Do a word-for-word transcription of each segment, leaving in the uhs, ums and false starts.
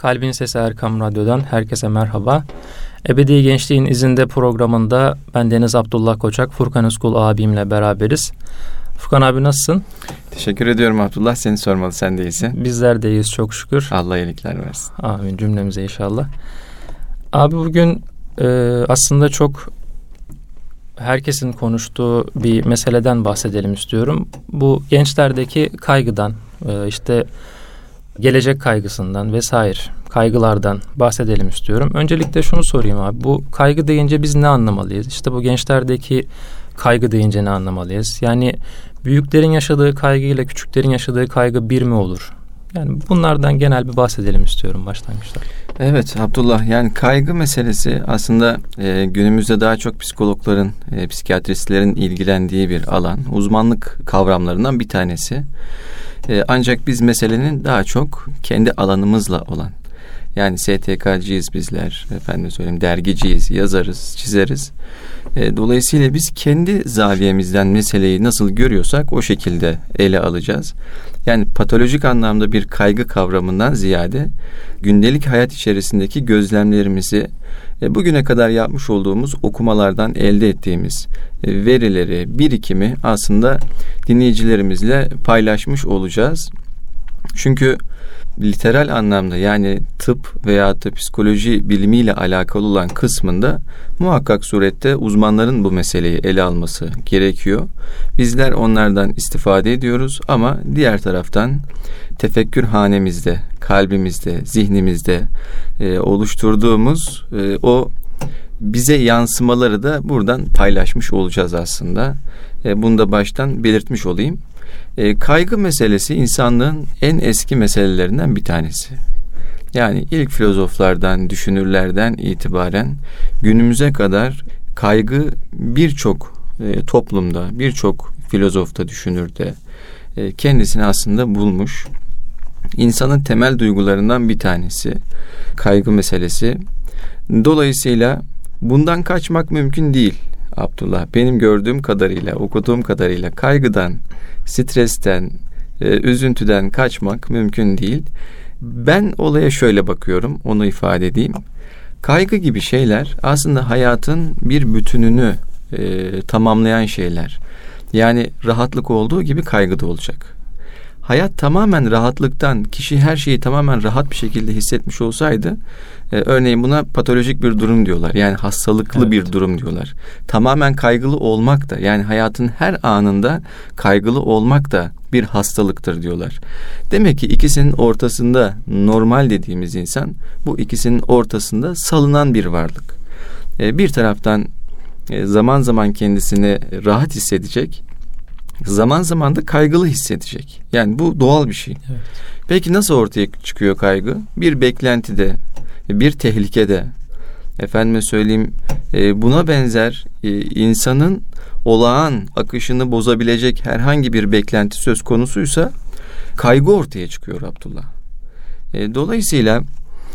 Kalbin Sesi Erkam Radyo'dan herkese merhaba. Ebedi Gençliğin İzinde programında ben Deniz Abdullah Koçak, Furkan Özkul abimle beraberiz. Furkan abi nasılsın? Teşekkür ediyorum Abdullah. Seni sormalı, sen de iyisin. Bizler de iyiyiz çok şükür. Allah iyilikler versin. Amin cümlemize inşallah. Abi bugün e, aslında çok herkesin konuştuğu bir meseleden bahsedelim istiyorum. Bu gençlerdeki kaygıdan, e, işte gelecek kaygısından vesaire kaygılardan bahsedelim istiyorum. Öncelikle şunu sorayım abi. Bu kaygı deyince biz ne anlamalıyız? İşte bu gençlerdeki kaygı deyince ne anlamalıyız? Yani büyüklerin yaşadığı kaygı ile küçüklerin yaşadığı kaygı bir mi olur? Yani bunlardan genel bir bahsedelim istiyorum başlangıçta. Evet Abdullah, yani kaygı meselesi aslında e, günümüzde daha çok psikologların, e, psikiyatristlerin ilgilendiği bir alan. Uzmanlık kavramlarından bir tanesi. E, ancak biz meselenin daha çok kendi alanımızla olan, yani S T K'ciyiz bizler, efendim söyleyeyim dergiciyiz, yazarız, çizeriz. E, dolayısıyla biz kendi zaviyemizden meseleyi nasıl görüyorsak o şekilde ele alacağız. Yani patolojik anlamda bir kaygı kavramından ziyade gündelik hayat içerisindeki gözlemlerimizi, e, bugüne kadar yapmış olduğumuz okumalardan elde ettiğimiz e, verileri, birikimi aslında dinleyicilerimizle paylaşmış olacağız. Çünkü literal anlamda, yani tıp veya da psikoloji bilimiyle alakalı olan kısmında muhakkak surette uzmanların bu meseleyi ele alması gerekiyor. Bizler onlardan istifade ediyoruz ama diğer taraftan tefekkür hanemizde, kalbimizde, zihnimizde e, oluşturduğumuz e, o bize yansımaları da buradan paylaşmış olacağız aslında. E, bunu da baştan belirtmiş olayım. E, kaygı meselesi insanlığın en eski meselelerinden bir tanesi. Yani ilk filozoflardan, düşünürlerden itibaren günümüze kadar kaygı birçok e, toplumda, birçok filozofta, düşünürde e, kendisini aslında bulmuş. İnsanın temel duygularından bir tanesi kaygı meselesi. Dolayısıyla bundan kaçmak mümkün değil Abdullah. Benim gördüğüm kadarıyla, okuduğum kadarıyla kaygıdan, stresten, e, üzüntüden kaçmak mümkün değil. Ben olaya şöyle bakıyorum, onu ifade edeyim. Kaygı gibi şeyler aslında hayatın bir bütününü e, tamamlayan şeyler. Yani rahatlık olduğu gibi kaygı da olacak. Hayat tamamen rahatlıktan, kişi her şeyi tamamen rahat bir şekilde hissetmiş olsaydı, e, örneğin buna patolojik bir durum diyorlar. Yani hastalıklı evet. bir durum diyorlar. Tamamen kaygılı olmak da, yani hayatın her anında kaygılı olmak da bir hastalıktır diyorlar. Demek ki ikisinin ortasında normal dediğimiz insan, bu ikisinin ortasında salınan bir varlık. E, bir taraftan e, zaman zaman kendisini rahat hissedecek, zaman zaman da kaygılı hissedecek. Yani bu doğal bir şey. Evet. Peki nasıl ortaya çıkıyor kaygı? Bir beklentide, bir tehlikede, efendime söyleyeyim e, buna benzer e, insanın olağan akışını bozabilecek herhangi bir beklenti söz konusuysa kaygı ortaya çıkıyor Abdullah. E, dolayısıyla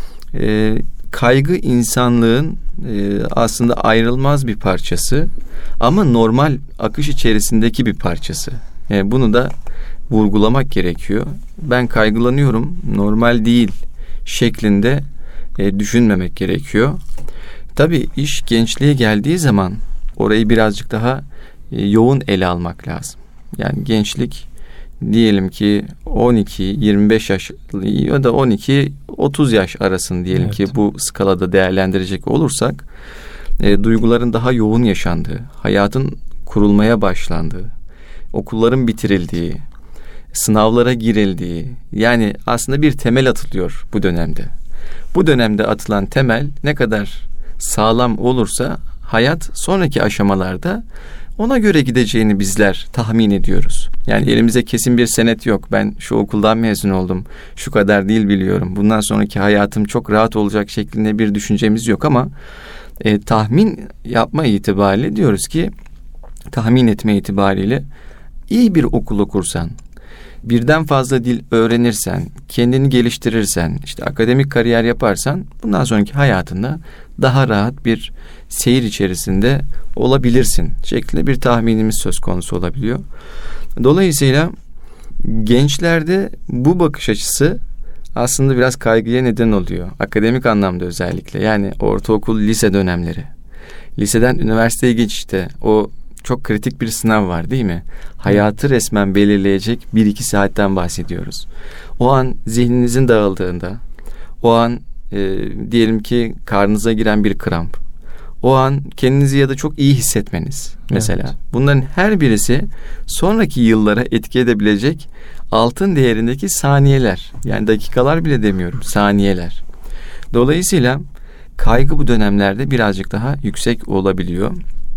e, kaygı insanlığın e, aslında ayrılmaz bir parçası ama normal akış içerisindeki bir parçası. Yani bunu da vurgulamak gerekiyor. Ben kaygılanıyorum, normal değil şeklinde e, düşünmemek gerekiyor. Tabii iş gençliğe geldiği zaman orayı birazcık daha e, yoğun ele almak lazım. Yani gençlik diyelim ki on iki yirmi beş yaş ya da on iki otuz yaş arasını diyelim evet. ki bu skalada değerlendirecek olursak e, duyguların daha yoğun yaşandığı, hayatın kurulmaya başlandığı, okulların bitirildiği, sınavlara girildiği, yani aslında bir temel atılıyor bu dönemde. Bu dönemde atılan temel ne kadar sağlam olursa hayat sonraki aşamalarda ona göre gideceğini bizler tahmin ediyoruz. Yani elimizde kesin bir senet yok. Ben şu okuldan mezun oldum, şu kadar dil biliyorum, bundan sonraki hayatım çok rahat olacak şeklinde bir düşüncemiz yok ama e, tahmin yapma itibariyle diyoruz ki, tahmin etme itibariyle iyi bir okul okursan, birden fazla dil öğrenirsen, kendini geliştirirsen, işte akademik kariyer yaparsan bundan sonraki hayatında daha rahat bir seyir içerisinde olabilirsin şeklinde bir tahminimiz söz konusu olabiliyor. Dolayısıyla gençlerde bu bakış açısı aslında biraz kaygıya neden oluyor. Akademik anlamda özellikle. Yani ortaokul, lise dönemleri. Liseden üniversiteye geçişte o çok kritik bir sınav var değil mi? Hayatı resmen belirleyecek bir iki saatten bahsediyoruz. O an zihninizin dağıldığında, o an e, diyelim ki karnınıza giren bir kramp, o an kendinizi ya da çok iyi hissetmeniz mesela. Evet. Bunların her birisi sonraki yıllara etki edebilecek altın değerindeki saniyeler. Yani dakikalar bile demiyorum, saniyeler. Dolayısıyla kaygı bu dönemlerde birazcık daha yüksek olabiliyor.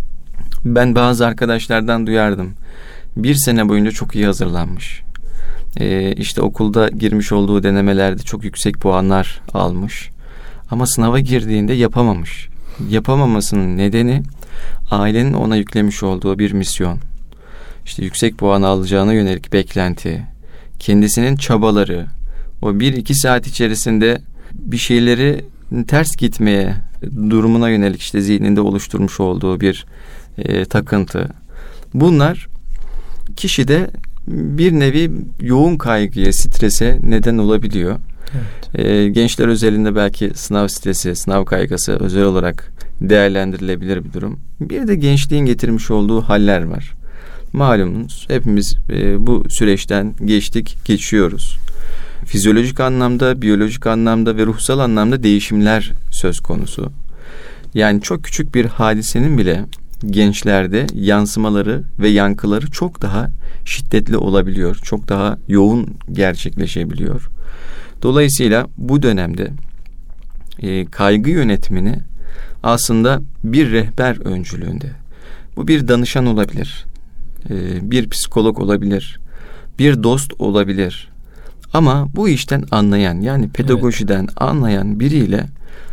Ben bazı arkadaşlardan duyardım. Bir sene boyunca çok iyi hazırlanmış. Ee, işte okulda girmiş olduğu denemelerde çok yüksek puanlar almış. Ama sınava girdiğinde yapamamış. Yapamamasının nedeni ailenin ona yüklemiş olduğu bir misyon. İşte yüksek puan alacağına yönelik beklenti, kendisinin çabaları, o bir iki saat içerisinde bir şeyleri ters gitmeye durumuna yönelik işte zihninde oluşturmuş olduğu bir e, takıntı. Bunlar kişide bir nevi yoğun kaygıya, strese neden olabiliyor. Evet. E, gençler özelinde belki sınav stresi, sınav kaygısı özel olarak değerlendirilebilir bir durum. Bir de gençliğin getirmiş olduğu haller var. Malumunuz hepimiz e, bu süreçten geçtik, geçiyoruz. Fizyolojik anlamda, biyolojik anlamda ve ruhsal anlamda değişimler söz konusu. Yani çok küçük bir hadisenin bile gençlerde yansımaları ve yankıları çok daha şiddetli olabiliyor. Çok daha yoğun gerçekleşebiliyor. Dolayısıyla bu dönemde e, kaygı yönetimini aslında bir rehber öncülüğünde. Bu bir danışan olabilir, e, bir psikolog olabilir, bir dost olabilir. Ama bu işten anlayan, yani pedagojiden evet. anlayan biriyle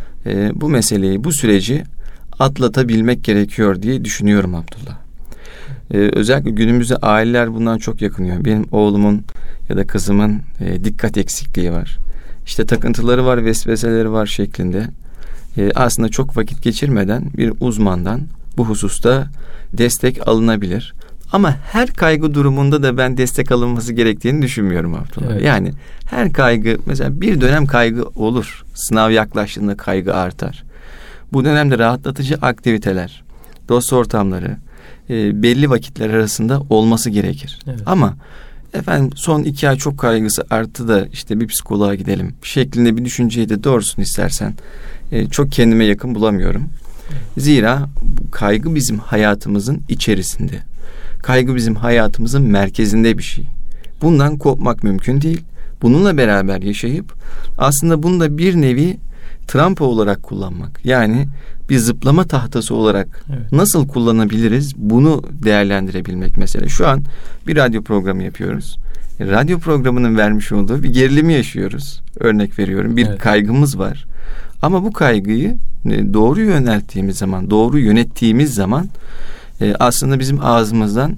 e, bu meseleyi, bu süreci atlatabilmek gerekiyor diye düşünüyorum Abdullah. Ee, özellikle günümüzde aileler bundan çok yakınıyor. Benim oğlumun ya da kızımın e, dikkat eksikliği var. İşte takıntıları var, vesveseleri var şeklinde. E, aslında çok vakit geçirmeden bir uzmandan bu hususta destek alınabilir. Ama her kaygı durumunda da ben destek alınması gerektiğini düşünmüyorum Abdullah. Evet. Yani her kaygı, mesela bir dönem kaygı olur. Sınav yaklaştığında kaygı artar. Bu dönemde rahatlatıcı aktiviteler, dost ortamları e, belli vakitler arasında olması gerekir. Evet. Ama efendim son iki ay çok kaygısı arttı da işte bir psikoloğa gidelim şeklinde bir düşünceyi de doğrusunu istersen e, çok kendime yakın bulamıyorum. Evet. Zira kaygı bizim hayatımızın içerisinde. Kaygı bizim hayatımızın merkezinde bir şey. Bundan kopmak mümkün değil. Bununla beraber yaşayıp aslında bunu da bir nevi trampo olarak kullanmak. Yani bir zıplama tahtası olarak evet. nasıl kullanabiliriz? Bunu değerlendirebilmek mesela. Şu an bir radyo programı yapıyoruz. Radyo programının vermiş olduğu bir gerilimi yaşıyoruz. Örnek veriyorum. Bir evet. kaygımız var. Ama bu kaygıyı doğru yönelttiğimiz zaman, doğru yönettiğimiz zaman aslında bizim ağzımızdan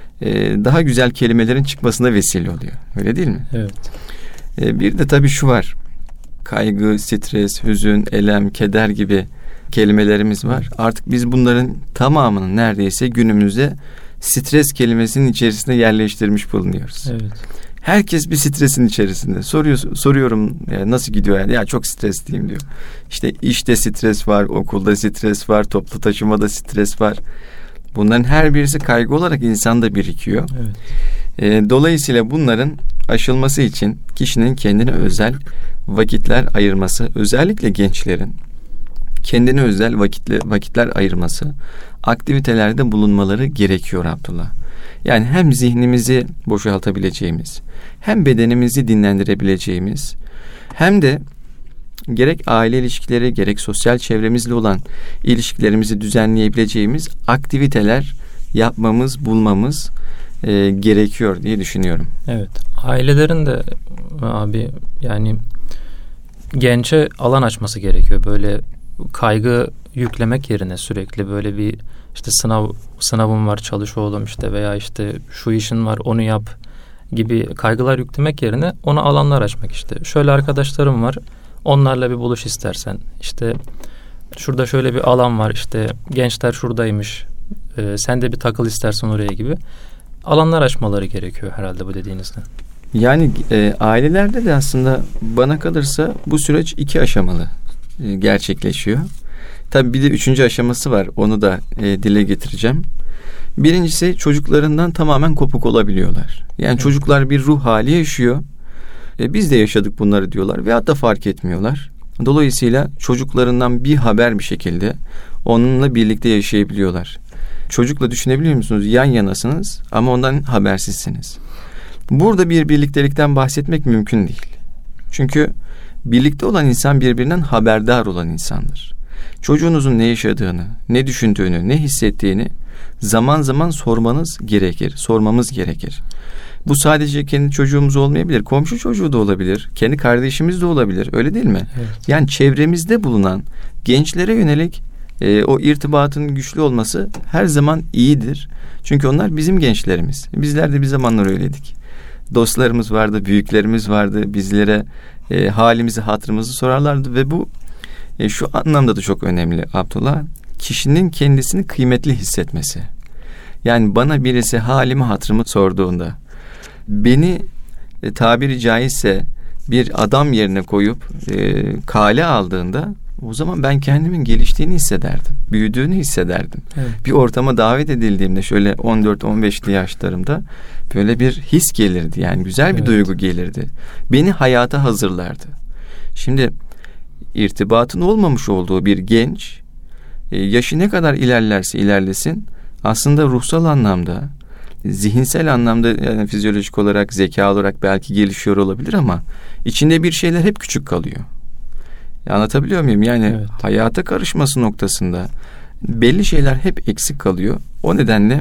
daha güzel kelimelerin çıkmasına vesile oluyor. Öyle değil mi? Evet. Bir de tabii şu var. Kaygı, stres, hüzün, elem, keder gibi kelimelerimiz var. Artık biz bunların tamamını neredeyse günümüzde stres kelimesinin içerisine yerleştirmiş bulunuyoruz. Evet. Herkes bir stresin içerisinde. Soruyor, soruyorum ya nasıl gidiyor yani? Ya çok stresliyim diyor. İşte işte stres var, okulda stres var, toplu taşımada stres var. Bunların her birisi kaygı olarak insanda birikiyor. Evet. E, dolayısıyla bunların aşılması için kişinin kendine özel vakitler ayırması, özellikle gençlerin kendine özel vakitle, vakitler ayırması, aktivitelerde bulunmaları gerekiyor Abdullah. Yani hem zihnimizi boşaltabileceğimiz, hem bedenimizi dinlendirebileceğimiz, hem de gerek aile ilişkileri, gerek sosyal çevremizle olan ilişkilerimizi düzenleyebileceğimiz aktiviteler yapmamız, bulmamız e, gerekiyor diye düşünüyorum. Evet. Ailelerin de abi yani gence alan açması gerekiyor. Böyle kaygı yüklemek yerine sürekli böyle bir işte sınav sınavım var, çalış oğlum işte veya işte şu işin var, onu yap gibi kaygılar yüklemek yerine ona alanlar açmak işte. Şöyle arkadaşlarım var, onlarla bir buluş istersen. İşte şurada şöyle bir alan var, işte gençler şuradaymış, e, sen de bir takıl istersen oraya gibi alanlar açmaları gerekiyor herhalde bu dediğinizde. Yani e, ailelerde de aslında bana kalırsa bu süreç iki aşamalı e, gerçekleşiyor. Tabii bir de üçüncü aşaması var. Onu da e, dile getireceğim. Birincisi, çocuklarından tamamen kopuk olabiliyorlar. Yani evet. Çocuklar bir ruh hali yaşıyor. E, biz de yaşadık bunları diyorlar ve hatta fark etmiyorlar. Dolayısıyla çocuklarından bir haber bir şekilde onunla birlikte yaşayabiliyorlar. Çocukla düşünebiliyor musunuz? Yan yanasınız ama ondan habersizsiniz. Burada bir birliktelikten bahsetmek mümkün değil. Çünkü birlikte olan insan birbirinden haberdar olan insandır. Çocuğunuzun ne yaşadığını, ne düşündüğünü, ne hissettiğini zaman zaman sormanız gerekir, sormamız gerekir. Bu sadece kendi çocuğumuz olmayabilir, komşu çocuğu da olabilir, kendi kardeşimiz de olabilir, öyle değil mi? Evet. Yani çevremizde bulunan gençlere yönelik e, o irtibatın güçlü olması her zaman iyidir. Çünkü onlar bizim gençlerimiz. Bizler de bir zamanlar öyleydik. Dostlarımız vardı, büyüklerimiz vardı, bizlere e, halimizi, hatırımızı sorarlardı ve bu e, şu anlamda da çok önemli Abdullah. Kişinin kendisini kıymetli hissetmesi. Yani bana birisi halimi, hatırımı sorduğunda, beni e, tabiri caizse bir adam yerine koyup e, kale aldığında, o zaman ben kendimin geliştiğini hissederdim, büyüdüğünü hissederdim. Evet. Bir ortama davet edildiğimde şöyle on dört on beşli yaşlarımda böyle bir his gelirdi, yani güzel bir evet. duygu gelirdi. Beni hayata hazırlardı. Şimdi irtibatın olmamış olduğu bir genç, e, yaşı ne kadar ilerlerse ilerlesin, aslında ruhsal anlamda, zihinsel anlamda, yani fizyolojik olarak, zeka olarak belki gelişiyor olabilir ama içinde bir şeyler hep küçük kalıyor. Anlatabiliyor muyum? Yani evet. hayata karışması noktasında belli şeyler hep eksik kalıyor. O nedenle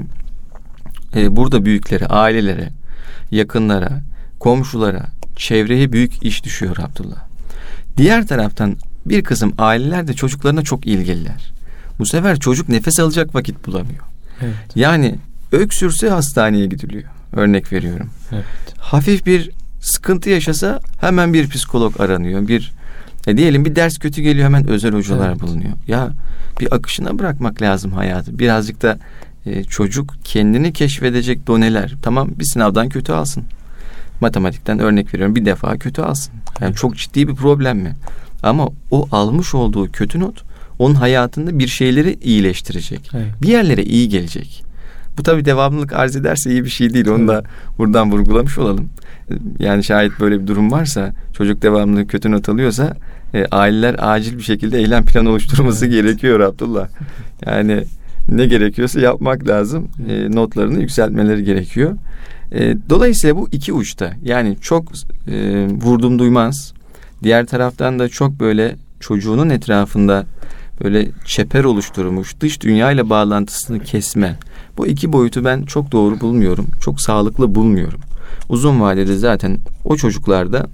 e, burada büyüklere, ailelere, yakınlara, komşulara, çevreye büyük iş düşüyor Abdullah. Diğer taraftan bir kısım aileler de çocuklarına çok ilgililer. Bu sefer çocuk nefes alacak vakit bulamıyor. Evet. Yani öksürse hastaneye gidiliyor. Örnek veriyorum. Evet. Hafif bir sıkıntı yaşasa hemen bir psikolog aranıyor. Bir e diyelim bir ders kötü geliyor, hemen özel hocalar evet. bulunuyor. Ya bir akışına bırakmak lazım hayatı. Birazcık da e, çocuk kendini keşfedecek doneler. Tamam, bir sınavdan kötü alsın. Matematikten örnek veriyorum, bir defa kötü alsın. Yani evet. çok ciddi bir problem mi? Ama o almış olduğu kötü not onun hayatında bir şeyleri iyileştirecek. Evet. Bir yerlere iyi gelecek. Bu tabii devamlılık arz ederse iyi bir şey değil. Onu da buradan vurgulamış olalım. Yani şayet böyle bir durum varsa, çocuk devamlı kötü not alıyorsa e, aileler acil bir şekilde eylem planı oluşturması evet. gerekiyor Abdullah. Yani ne gerekiyorsa yapmak lazım. E, notlarını yükseltmeleri gerekiyor. E, dolayısıyla bu iki uçta. Yani çok e, vurdum duymaz. Diğer taraftan da çok böyle çocuğunun etrafında böyle çeper oluşturmuş, dış dünyayla bağlantısını kesme. Bu iki boyutu ben çok doğru bulmuyorum. Çok sağlıklı bulmuyorum. Uzun vadede zaten o çocuklarda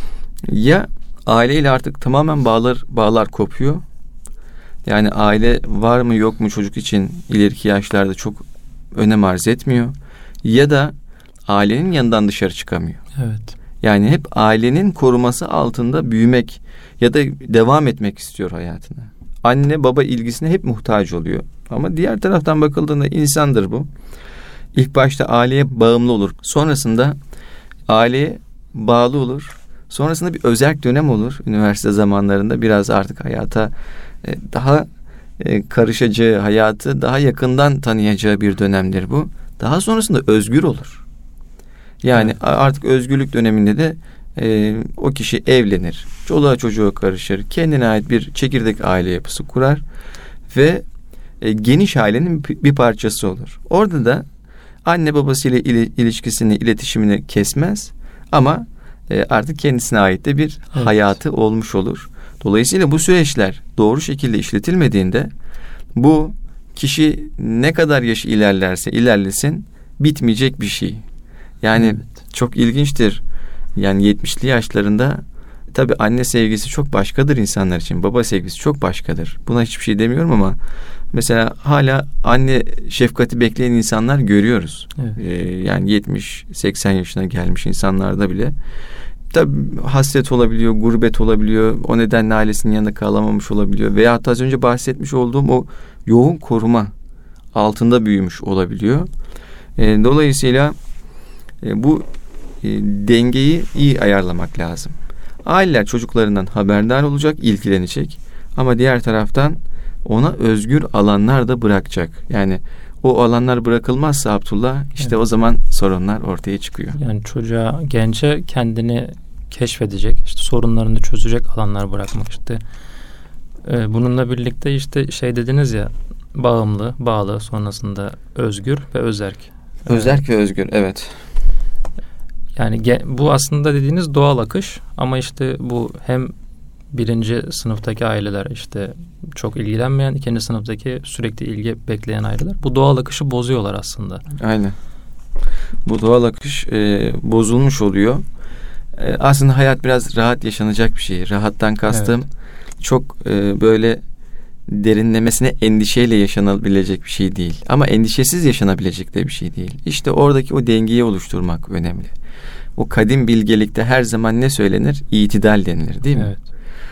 ya aileyle artık tamamen bağlar bağlar kopuyor. Yani aile var mı yok mu çocuk için ileriki yaşlarda çok önem arz etmiyor. Ya da ailenin yanından dışarı çıkamıyor. Evet. Yani hep ailenin koruması altında büyümek ya da devam etmek istiyor hayatına. Anne baba ilgisine hep muhtaç oluyor. Ama diğer taraftan bakıldığında insandır bu. İlk başta aileye bağımlı olur. Sonrasında aileye bağlı olur. Sonrasında bir özerk dönem olur. Üniversite zamanlarında biraz artık hayata daha karışacağı, hayatı daha yakından tanıyacağı bir dönemdir bu. Daha sonrasında özgür olur. Yani evet. artık özgürlük döneminde de e, o kişi evlenir. Çoluğa çocuğa karışır. Kendine ait bir çekirdek aile yapısı kurar. Ve e, geniş ailenin bir parçası olur. Orada da anne babasıyla il, ilişkisini, iletişimini kesmez. Ama e, artık kendisine ait de bir evet. hayatı olmuş olur. Dolayısıyla bu süreçler doğru şekilde işletilmediğinde bu kişi ne kadar yaşı ilerlerse ilerlesin bitmeyecek bir şey. Yani evet. çok ilginçtir. Yani yetmişli yaşlarında tabii anne sevgisi çok başkadır insanlar için. Baba sevgisi çok başkadır. Buna hiçbir şey demiyorum ama mesela hala anne şefkati bekleyen insanlar görüyoruz. Evet. Ee, yani yetmiş seksen yaşına gelmiş insanlarda bile tabii hasret olabiliyor, gurbet olabiliyor. O nedenle ailesinin yanında kalamamış olabiliyor. Veya hatta az önce bahsetmiş olduğum o yoğun koruma altında büyümüş olabiliyor. Ee, dolayısıyla e, bu e, dengeyi iyi ayarlamak lazım. Aileler çocuklarından haberdar olacak, ilgilenecek. Ama diğer taraftan ona özgür alanlar da bırakacak. Yani o alanlar bırakılmazsa Abdullah, işte evet. o zaman sorunlar ortaya çıkıyor. Yani çocuğa, gence kendini keşfedecek, işte sorunlarını çözecek alanlar bırakmak işte. Ee, bununla birlikte işte şey dediniz ya, bağımlı, bağlı, sonrasında özgür ve özerk. Özerk ee, ve özgür, evet. Yani ge- bu aslında dediğiniz doğal akış, ama işte bu hem birinci sınıftaki aileler işte çok ilgilenmeyen, ikinci sınıftaki sürekli ilgi bekleyen aileler bu doğal akışı bozuyorlar aslında. Aynen. Bu doğal akış e, bozulmuş oluyor. E, aslında hayat biraz rahat yaşanacak bir şey. Rahattan kastım evet. çok e, böyle derinlemesine endişeyle yaşanabilecek bir şey değil. Ama endişesiz yaşanabilecek de bir şey değil. İşte oradaki o dengeyi oluşturmak önemli. O kadim bilgelikte her zaman ne söylenir? İtidal denilir, değil mi? Evet.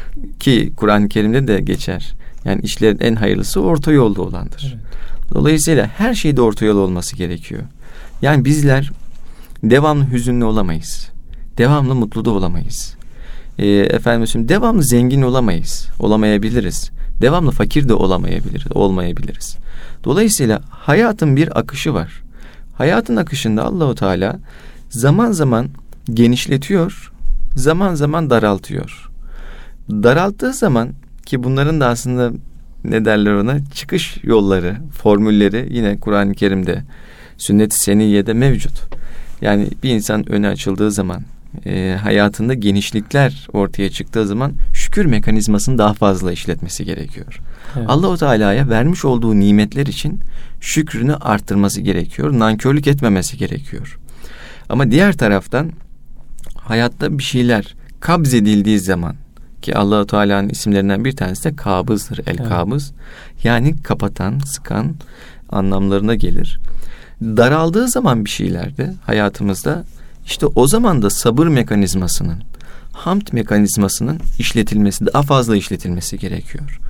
Ki Kur'an-ı Kerim'de de geçer. Yani işlerin en hayırlısı orta yolda olandır. Evet. Dolayısıyla her şeyde orta yol olması gerekiyor. Yani bizler devamlı hüzünlü olamayız. Devamlı mutlu da olamayız. Ee, efendim şimdi devamlı zengin olamayız. Olamayabiliriz. Devamlı fakir de olamayabiliriz. Olmayabiliriz. Dolayısıyla hayatın bir akışı var. Hayatın akışında Allahu Teala zaman zaman genişletiyor, zaman zaman daraltıyor. Daralttığı zaman, ki bunların da aslında ne derler ona, çıkış yolları, formülleri yine Kur'an-ı Kerim'de, sünnet-i seniyye'de mevcut. Yani bir insan önü açıldığı zaman, e, hayatında genişlikler ortaya çıktığı zaman şükür mekanizmasını daha fazla işletmesi gerekiyor. Evet. Allah-u Teala'ya vermiş olduğu nimetler için şükrünü arttırması gerekiyor. Nankörlük etmemesi gerekiyor. Ama diğer taraftan hayatta bir şeyler kabz edildiği zaman, ki Allah-u Teala'nın isimlerinden bir tanesi de kabızdır, el-kabız. Evet. Yani kapatan, sıkan anlamlarına gelir. Daraldığı zaman bir şeylerde hayatımızda, işte o zaman da sabır mekanizmasının, hamd mekanizmasının işletilmesi, daha fazla işletilmesi gerekiyor.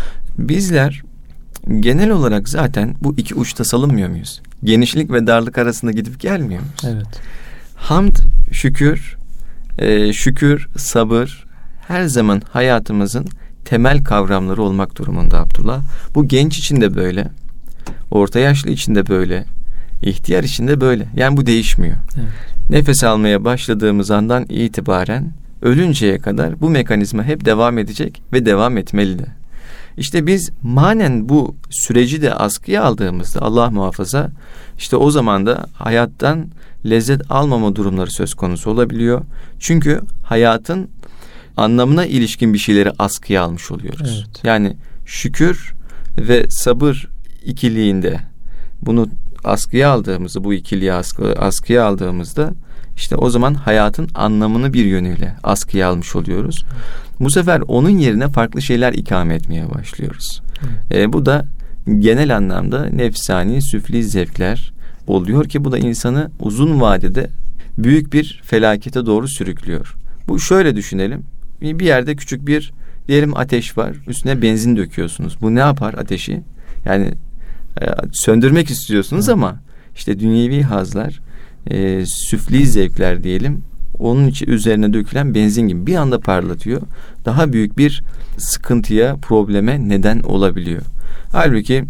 Bizler genel olarak zaten bu iki uçta salınmıyor muyuz? Genişlik ve darlık arasında gidip gelmiyor muyuz? Evet. Hamd, şükür, e, şükür, sabır her zaman hayatımızın temel kavramları olmak durumunda Abdullah. Bu genç için de böyle, orta yaşlı için de böyle, ihtiyar için de böyle. Yani bu değişmiyor. Evet. Nefes almaya başladığımız andan itibaren ölünceye kadar bu mekanizma hep devam edecek ve devam etmeli de. İşte biz manen bu süreci de askıya aldığımızda, Allah muhafaza, işte o zaman da hayattan lezzet almama durumları söz konusu olabiliyor. Çünkü hayatın anlamına ilişkin bir şeyleri askıya almış oluyoruz. Evet. Yani şükür ve sabır ikiliğinde bunu askıya aldığımızda, bu ikiliği askı, askıya aldığımızda işte o zaman hayatın anlamını bir yönüyle askıya almış oluyoruz. Bu sefer onun yerine farklı şeyler ikame etmeye başlıyoruz. E, bu da genel anlamda nefsani, süfli zevkler oluyor ki bu da insanı uzun vadede büyük bir felakete doğru sürüklüyor. Bu şöyle düşünelim. Bir yerde küçük bir diyelim ateş var. Üstüne benzin döküyorsunuz. Bu ne yapar ateşi? Yani e, söndürmek istiyorsunuz ama işte dünyevi hazlar, e, süfli zevkler diyelim, onun için üzerine dökülen benzin gibi bir anda parlatıyor. Daha büyük bir sıkıntıya, probleme neden olabiliyor. Halbuki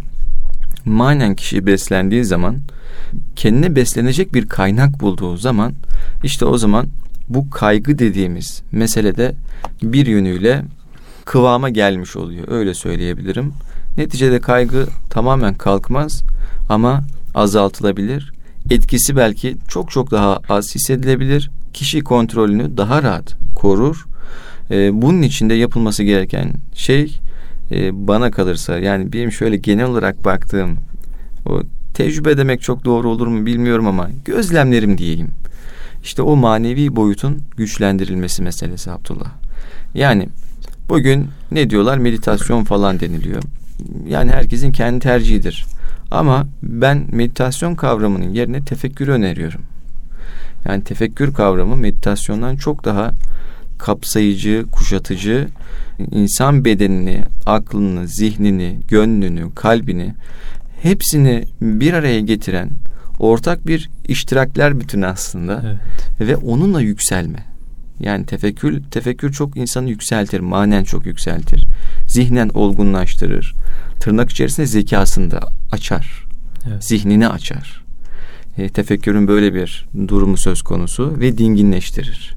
manen kişi beslendiği zaman, kendine beslenecek bir kaynak bulduğu zaman, işte o zaman bu kaygı dediğimiz meselede bir yönüyle kıvama gelmiş oluyor. Öyle söyleyebilirim. Neticede kaygı tamamen kalkmaz ama azaltılabilir. Etkisi belki çok çok daha az hissedilebilir. Kişi kontrolünü daha rahat korur. Ee, bunun için de yapılması gereken şey, e, bana kalırsa, yani benim şöyle genel olarak baktığım, o tecrübe demek çok doğru olur mu bilmiyorum ama gözlemlerim diyeyim. İşte o manevi boyutun güçlendirilmesi meselesi Abdullah. Yani bugün ne diyorlar? Meditasyon falan deniliyor. Yani herkesin kendi tercihidir. Ama ben meditasyon kavramının yerine tefekkürü öneriyorum. Yani tefekkür kavramı meditasyondan çok daha kapsayıcı, kuşatıcı, insan bedenini, aklını, zihnini, gönlünü, kalbini hepsini bir araya getiren, ortak bir iştirakler bütünü aslında. Evet. Ve onunla yükselme. Yani tefekkür tefekkür çok insanı yükseltir, manen çok yükseltir. Zihnen olgunlaştırır. Tırnak içerisinde zekasını da açar. Evet. Zihnini açar. E, tefekkürün böyle bir durumu söz konusu ve dinginleştirir.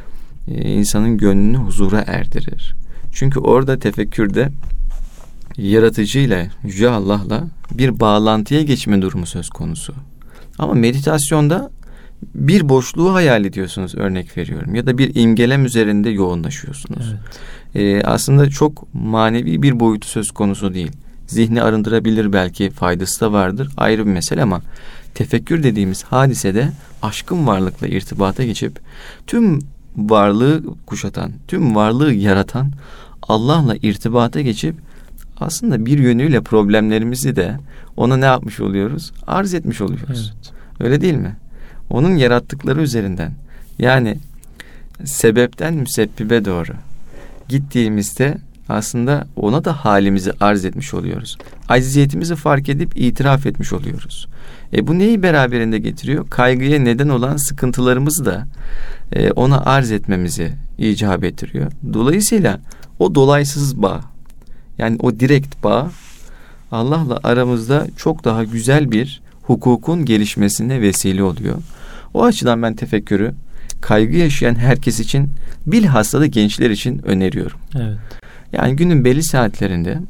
E, insanın gönlünü huzura erdirir. Çünkü orada tefekkürde yaratıcıyla, Yüce Allah'la bir bağlantıya geçme durumu söz konusu. Ama meditasyonda bir boşluğu hayal ediyorsunuz, örnek veriyorum. Ya da bir imgelem üzerinde yoğunlaşıyorsunuz. Evet. Ee, aslında çok manevi bir boyutu söz konusu değil. Zihni arındırabilir, belki faydası da vardır, ayrı bir mesele, ama tefekkür dediğimiz hadisede aşkın varlıkla irtibata geçip tüm varlığı kuşatan, tüm varlığı yaratan Allah'la irtibata geçip aslında bir yönüyle problemlerimizi de ona ne yapmış oluyoruz? Arz etmiş oluyoruz. Evet. Öyle değil mi? Onun yarattıkları üzerinden, yani sebepten müsebbibe doğru gittiğimizde aslında ona da halimizi arz etmiş oluyoruz. Acziyetimizi fark edip itiraf etmiş oluyoruz. E bu neyi beraberinde getiriyor? Kaygıya neden olan sıkıntılarımızı da e, ona arz etmemizi icap ettiriyor. Dolayısıyla o dolaysız bağ, yani o direkt bağ Allah'la aramızda çok daha güzel bir hukukun gelişmesine vesile oluyor. O açıdan ben tefekkürü kaygı yaşayan herkes için, bilhassa da gençler için öneriyorum. Evet. Yani günün belli saatlerinde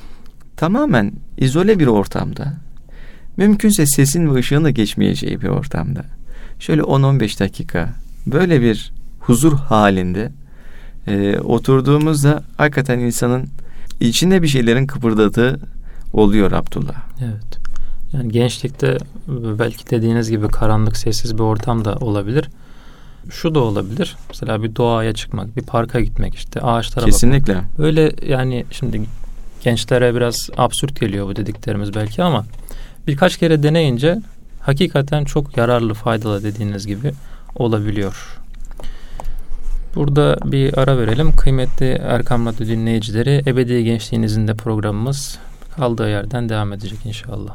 tamamen izole bir ortamda, mümkünse sesin ve ışığın da geçmeyeceği bir ortamda, şöyle on on beş dakika böyle bir huzur halinde e, oturduğumuzda hakikaten insanın içinde bir şeylerin kıpırdadığı oluyor Abdullah. Evet. Yani gençlikte belki dediğiniz gibi karanlık, sessiz bir ortam da olabilir. Şu da olabilir. Mesela bir doğaya çıkmak, bir parka gitmek, işte ağaçlara Kesinlikle. bakmak. Öyle yani şimdi gençlere biraz absürt geliyor bu dediklerimiz belki, ama birkaç kere deneyince hakikaten çok yararlı, faydalı, dediğiniz gibi olabiliyor. Burada bir ara verelim. Kıymetli Erkam Radyo dinleyicileri, Ebedi Gençliğinizin de programımız kaldığı yerden devam edecek inşallah.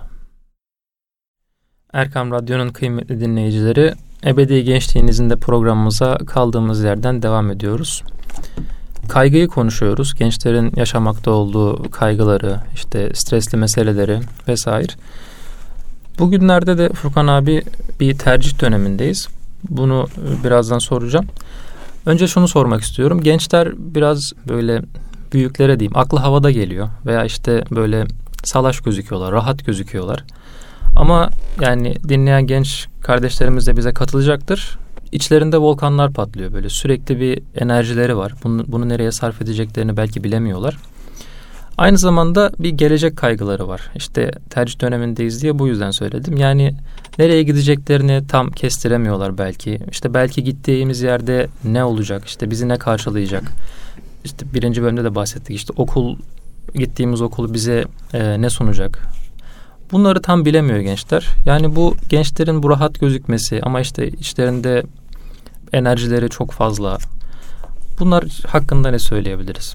Erkam Radyo'nun kıymetli dinleyicileri, Ebedi Gençliğinizin de programımıza kaldığımız yerden devam ediyoruz. Kaygıyı konuşuyoruz. Gençlerin yaşamakta olduğu kaygıları, işte stresli meseleleri vesaire. Bugünlerde de Furkan abi bir tercih dönemindeyiz. Bunu birazdan soracağım. Önce şunu sormak istiyorum. Gençler biraz böyle büyüklere diyeyim, aklı havada geliyor veya işte böyle salaş gözüküyorlar, rahat gözüküyorlar. Ama yani dinleyen genç kardeşlerimiz de bize katılacaktır. İçlerinde volkanlar patlıyor böyle. Sürekli bir enerjileri var. Bunu, bunu nereye sarf edeceklerini belki bilemiyorlar. Aynı zamanda bir gelecek kaygıları var. İşte tercih dönemindeyiz diye bu yüzden söyledim. Yani nereye gideceklerini tam kestiremiyorlar belki. İşte belki gittiğimiz yerde ne olacak? İşte bizi ne karşılayacak? İşte birinci bölümde de bahsettik. İşte okul, gittiğimiz okul bize e, ne sunacak? Bunları tam bilemiyor gençler. Yani bu gençlerin bu rahat gözükmesi ama işte içlerinde enerjileri çok fazla. Bunlar hakkında ne söyleyebiliriz?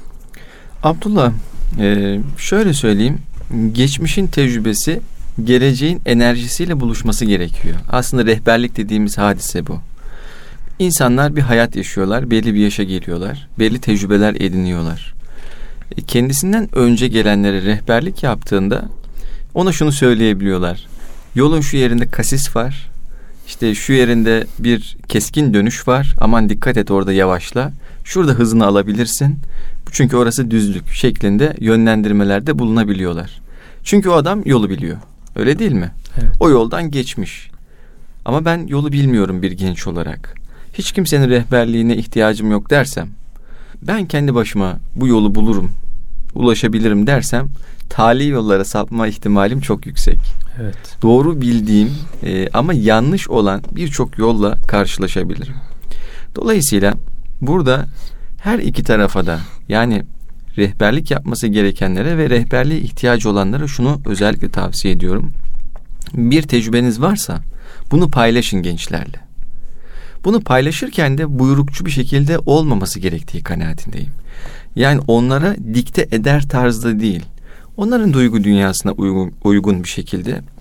Abdullah, e, şöyle söyleyeyim. Geçmişin tecrübesi geleceğin enerjisiyle buluşması gerekiyor. Aslında rehberlik dediğimiz hadise bu. İnsanlar bir hayat yaşıyorlar, belli bir yaşa geliyorlar, belli tecrübeler ediniyorlar. E, kendisinden önce gelenlere rehberlik yaptığında ona şunu söyleyebiliyorlar. Yolun şu yerinde kasis var. İşte şu yerinde bir keskin dönüş var. Aman dikkat et, orada yavaşla. Şurada hızını alabilirsin. Çünkü orası düzlük şeklinde yönlendirmelerde bulunabiliyorlar. Çünkü o adam yolu biliyor. Öyle değil mi? Evet. O yoldan geçmiş. Ama ben yolu bilmiyorum bir genç olarak. Hiç kimsenin rehberliğine ihtiyacım yok dersem, ben kendi başıma bu yolu bulurum, ulaşabilirim dersem, tali yollara sapma ihtimalim çok yüksek. Evet. Doğru bildiğim e, ama yanlış olan birçok yolla karşılaşabilirim. Dolayısıyla burada her iki tarafa da, yani rehberlik yapması gerekenlere ve rehberliğe ihtiyacı olanlara şunu özellikle tavsiye ediyorum. Bir tecrübeniz varsa bunu paylaşın gençlerle. Bunu paylaşırken de buyrukçu bir şekilde olmaması gerektiği kanaatindeyim. Yani onlara dikte eder tarzda değil, onların duygu dünyasına uygun, uygun bir şekilde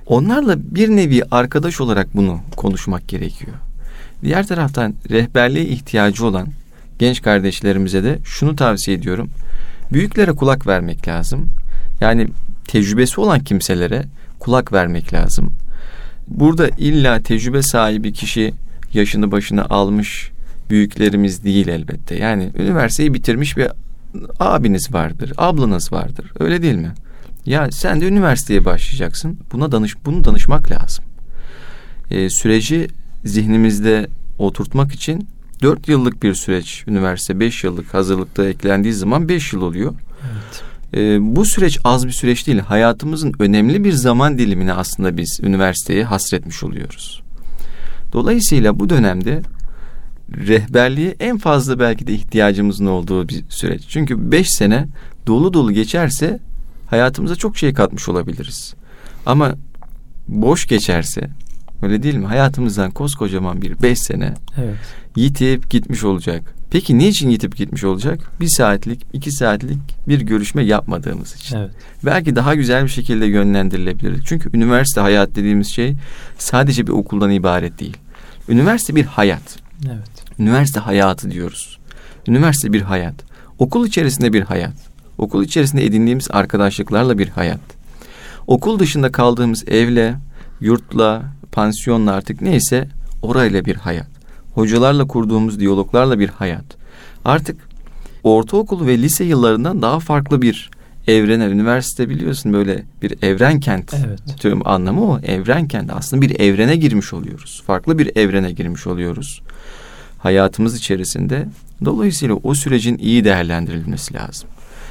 Onlarla bir nevi arkadaş olarak bunu konuşmak gerekiyor. Diğer taraftan rehberliğe ihtiyacı olan genç kardeşlerimize de şunu tavsiye ediyorum. Büyüklere kulak vermek lazım. Yani tecrübesi olan kimselere kulak vermek lazım. Burada illa tecrübe sahibi kişi yaşını başına almış büyüklerimiz değil elbette. Yani üniversiteyi bitirmiş bir abiniz vardır, ablanız vardır. Öyle değil mi? Ya sen de üniversiteye başlayacaksın. Buna danış, bunu danışmak lazım. Ee, süreci zihnimizde oturtmak için dört yıllık bir süreç, üniversite beş yıllık hazırlıkta eklendiği zaman beş yıl oluyor. Evet. Ee, bu süreç az bir süreç değil. Hayatımızın önemli bir zaman dilimini aslında biz üniversiteye hasretmiş oluyoruz. Dolayısıyla bu dönemde rehberliğe en fazla belki de ihtiyacımızın olduğu bir süreç. Çünkü beş sene dolu dolu geçerse hayatımıza çok şey katmış olabiliriz. Ama boş geçerse, öyle değil mi? Hayatımızdan koskocaman bir beş sene evet. yitip gitmiş olacak. Peki niçin yitip gitmiş olacak? Bir saatlik, iki saatlik bir görüşme yapmadığımız için. Evet. Belki daha güzel bir şekilde yönlendirilebilir. Çünkü üniversite hayat dediğimiz şey sadece bir okuldan ibaret değil. Üniversite bir hayat. Evet. Üniversite hayatı diyoruz. Üniversite bir hayat. Okul içerisinde bir hayat. Okul içerisinde edindiğimiz arkadaşlıklarla bir hayat. Okul dışında kaldığımız evle, yurtla, pansiyonla artık neyse orayla bir hayat. Hocalarla kurduğumuz diyaloglarla bir hayat. Artık ortaokul ve lise yıllarından daha farklı bir evrene, üniversite biliyorsun böyle bir evren kent. Evet. Tüm anlamı o. Evren kent. Aslında bir evrene girmiş oluyoruz. Farklı bir evrene girmiş oluyoruz. Hayatımız içerisinde. Dolayısıyla o sürecin iyi değerlendirilmesi lazım.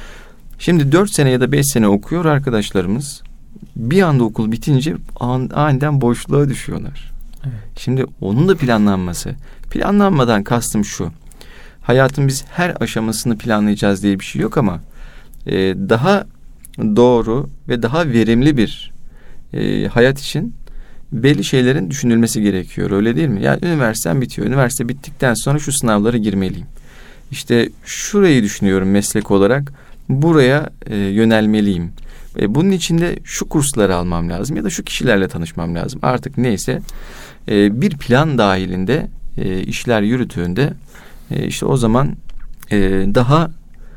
Şimdi dört sene ya da beş sene okuyor arkadaşlarımız. Bir anda okul bitince an, aniden boşluğa düşüyorlar. Evet. Şimdi onun da planlanması. Planlanmadan kastım şu. Hayatın biz her aşamasını planlayacağız diye bir şey yok ama e, daha doğru ve daha verimli bir e, hayat için belli şeylerin düşünülmesi gerekiyor. Öyle değil mi? Yani üniversitem bitiyor. Üniversite bittikten sonra şu sınavlara girmeliyim. İşte şurayı düşünüyorum meslek olarak. Buraya e, yönelmeliyim. E, bunun için de şu kursları almam lazım ya da şu kişilerle tanışmam lazım. Artık neyse e, bir plan dahilinde e, işler yürütüğünde e, işte o zaman e, daha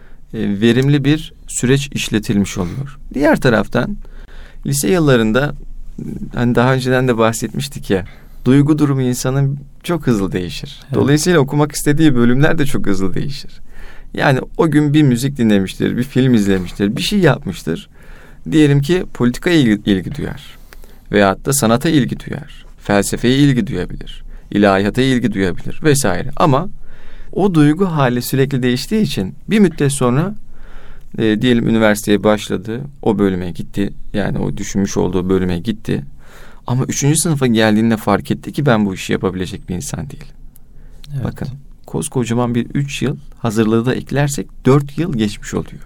e, verimli bir süreç işletilmiş oluyor. Diğer taraftan lise yıllarında hani daha önceden de bahsetmiştik ya, duygu durumu insanın çok hızlı değişir. Evet. Dolayısıyla okumak istediği bölümler de çok hızlı değişir. Yani o gün bir müzik dinlemiştir, bir film izlemiştir, bir şey yapmıştır. Diyelim ki politikaya ilgi, ilgi duyar. Veyahut da sanata ilgi duyar. Felsefeye ilgi duyabilir. İlahiyata ilgi duyabilir vesaire. Ama o duygu hali sürekli değiştiği için bir müddet sonra e, diyelim üniversiteye başladı. O bölüme gitti. Yani o düşünmüş olduğu bölüme gitti. Ama üçüncü sınıfa geldiğinde fark etti ki ben bu işi yapabilecek bir insan değilim. Evet. Bakın koskocaman bir üç yıl hazırlığı da eklersek dört yıl geçmiş oluyor.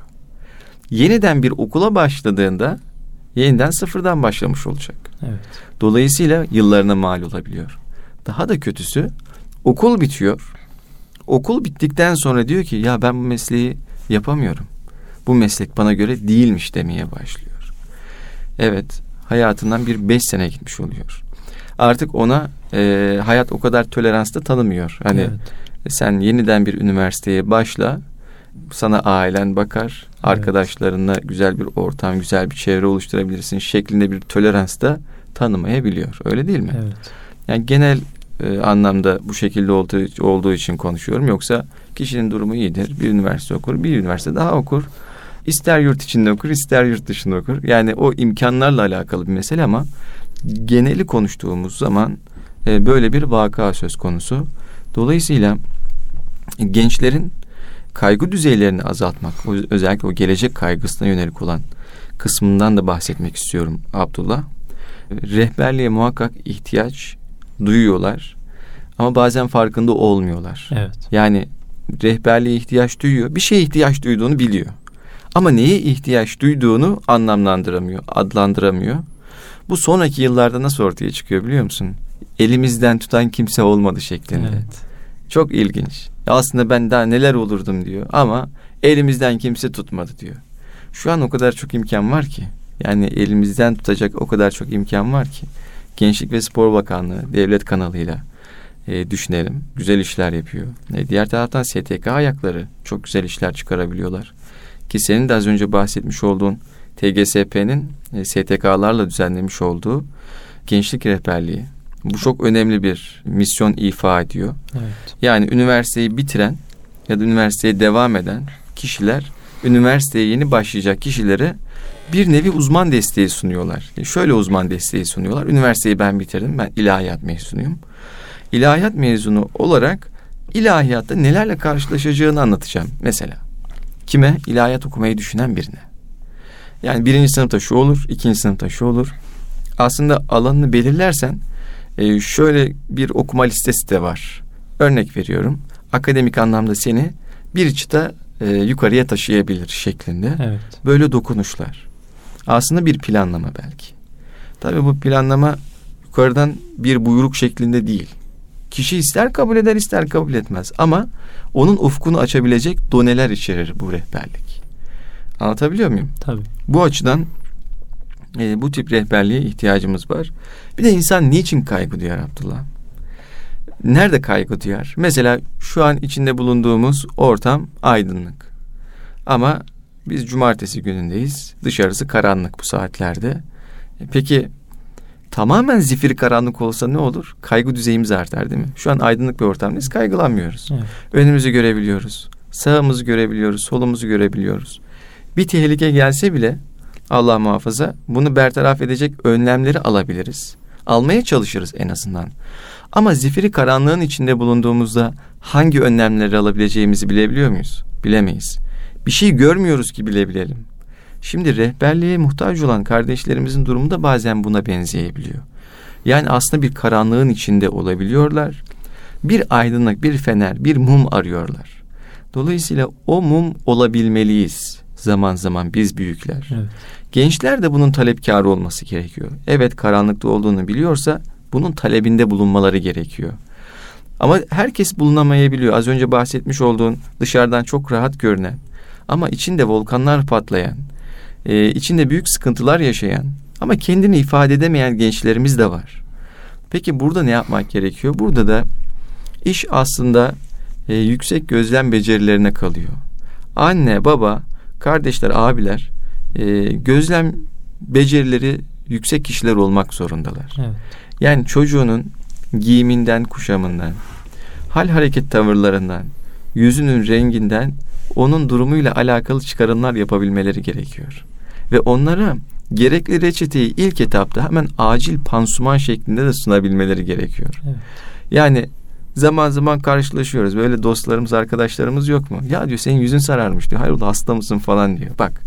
Yeniden bir okula başladığında yeniden sıfırdan başlamış olacak. Evet. Dolayısıyla yıllarına mal olabiliyor. Daha da kötüsü okul bitiyor. Okul bittikten sonra diyor ki ya ben bu mesleği yapamıyorum. Bu meslek bana göre değilmiş demeye başlıyor. Evet, hayatından bir beş sene gitmiş oluyor. Artık ona e, hayat o kadar tolerans da tanımıyor. Hani evet. Sen yeniden bir üniversiteye başla. Sana ailen bakar, evet. Arkadaşlarınla güzel bir ortam, güzel bir çevre oluşturabilirsin şeklinde bir tolerans da tanımayabiliyor. Öyle değil mi? Evet. Yani genel e, anlamda bu şekilde olduğu, olduğu için konuşuyorum. Yoksa kişinin durumu iyidir. Bir üniversite okur, bir üniversite daha okur. İster yurt içinde okur, ister yurt dışında okur. Yani o imkanlarla alakalı bir mesele ama geneli konuştuğumuz zaman e, böyle bir vaka söz konusu. Dolayısıyla gençlerin kaygı düzeylerini azaltmak, özellikle o gelecek kaygısına yönelik olan kısmından da bahsetmek istiyorum Abdullah. Rehberliğe muhakkak ihtiyaç duyuyorlar ama bazen farkında olmuyorlar. Evet. Yani rehberliğe ihtiyaç duyuyor, bir şeye ihtiyaç duyduğunu biliyor. Ama neye ihtiyaç duyduğunu anlamlandıramıyor, adlandıramıyor. Bu sonraki yıllarda nasıl ortaya çıkıyor biliyor musun? Elimizden tutan kimse olmadı şeklinde. Evet. Çok ilginç. Aslında ben daha neler olurdum diyor ama elimizden kimse tutmadı diyor. Şu an o kadar çok imkan var ki. Yani elimizden tutacak o kadar çok imkan var ki. Gençlik ve Spor Bakanlığı devlet kanalıyla e, düşünelim. Güzel işler yapıyor. E, diğer taraftan S T K ayakları çok güzel işler çıkarabiliyorlar. Ki senin de az önce bahsetmiş olduğun T G S P'nin e, S T K'larla düzenlemiş olduğu gençlik rehberliği. Bu çok önemli bir misyon ifa ediyor. Evet. Yani üniversiteyi bitiren ya da üniversiteye devam eden kişiler, üniversiteye yeni başlayacak kişilere bir nevi uzman desteği sunuyorlar. Yani şöyle uzman desteği sunuyorlar. Üniversiteyi ben bitirdim. Ben ilahiyat mezunuyum. İlahiyat mezunu olarak ilahiyatta nelerle karşılaşacağını anlatacağım. Mesela kime? İlahiyat okumayı düşünen birine. Yani birinci sınıfta şu olur, ikinci sınıfta şu olur. Aslında alanını belirlersen e, şöyle bir okuma listesi de var. Örnek veriyorum. Akademik anlamda seni bir çıta e, yukarıya taşıyabilir şeklinde. Evet. Böyle dokunuşlar. Aslında bir planlama belki. Tabii bu planlama yukarıdan bir buyruk şeklinde değil. Kişi ister kabul eder ister kabul etmez. Ama onun ufkunu açabilecek doneler içerir bu rehberlik. Anlatabiliyor muyum? Tabii. Bu açıdan e, bu tip rehberliğe ihtiyacımız var. Bir de insan niçin kaygı duyar Abdullah? Nerede kaygı duyar? Mesela şu an içinde bulunduğumuz ortam aydınlık. Ama biz cumartesi günündeyiz. Dışarısı karanlık bu saatlerde. E peki tamamen zifiri karanlık olsa ne olur? Kaygı düzeyimiz artar değil mi? Şu an aydınlık bir ortamdayız. Kaygılanmıyoruz. Evet. Önümüzü görebiliyoruz. Sağımızı görebiliyoruz. Solumuzu görebiliyoruz. Bir tehlike gelse bile Allah muhafaza bunu bertaraf edecek önlemleri alabiliriz. Almaya çalışırız en azından. Ama zifiri karanlığın içinde bulunduğumuzda hangi önlemleri alabileceğimizi bilebiliyor muyuz? Bilemeyiz. Bir şey görmüyoruz ki bilebilelim. Şimdi rehberliğe muhtaç olan kardeşlerimizin durumu da bazen buna benzeyebiliyor. Yani aslında bir karanlığın içinde olabiliyorlar. Bir aydınlık, bir fener, bir mum arıyorlar. Dolayısıyla o mum olabilmeliyiz zaman zaman biz büyükler. Evet. Gençler de bunun talepkarı olması gerekiyor. Evet, karanlıkta olduğunu biliyorsa bunun talebinde bulunmaları gerekiyor. Ama herkes bulunamayabiliyor. Az önce bahsetmiş olduğun dışarıdan çok rahat görünen ama içinde volkanlar patlayan, e, içinde büyük sıkıntılar yaşayan ama kendini ifade edemeyen gençlerimiz de var. Peki burada ne yapmak gerekiyor? Burada da iş aslında e, yüksek gözlem becerilerine kalıyor. Anne, baba, kardeşler, abiler e, gözlem becerileri yüksek kişiler olmak zorundalar. Evet. Yani çocuğunun giyiminden, kuşamından, hal hareket tavırlarından, yüzünün renginden onun durumuyla alakalı çıkarımlar yapabilmeleri gerekiyor. Ve onlara gerekli reçeteyi ilk etapta hemen acil pansuman şeklinde de sunabilmeleri gerekiyor. Evet. Yani zaman zaman karşılaşıyoruz. Böyle dostlarımız, arkadaşlarımız yok mu? Ya diyor senin yüzün sararmış diyor. Hayrola hasta mısın falan diyor. Bak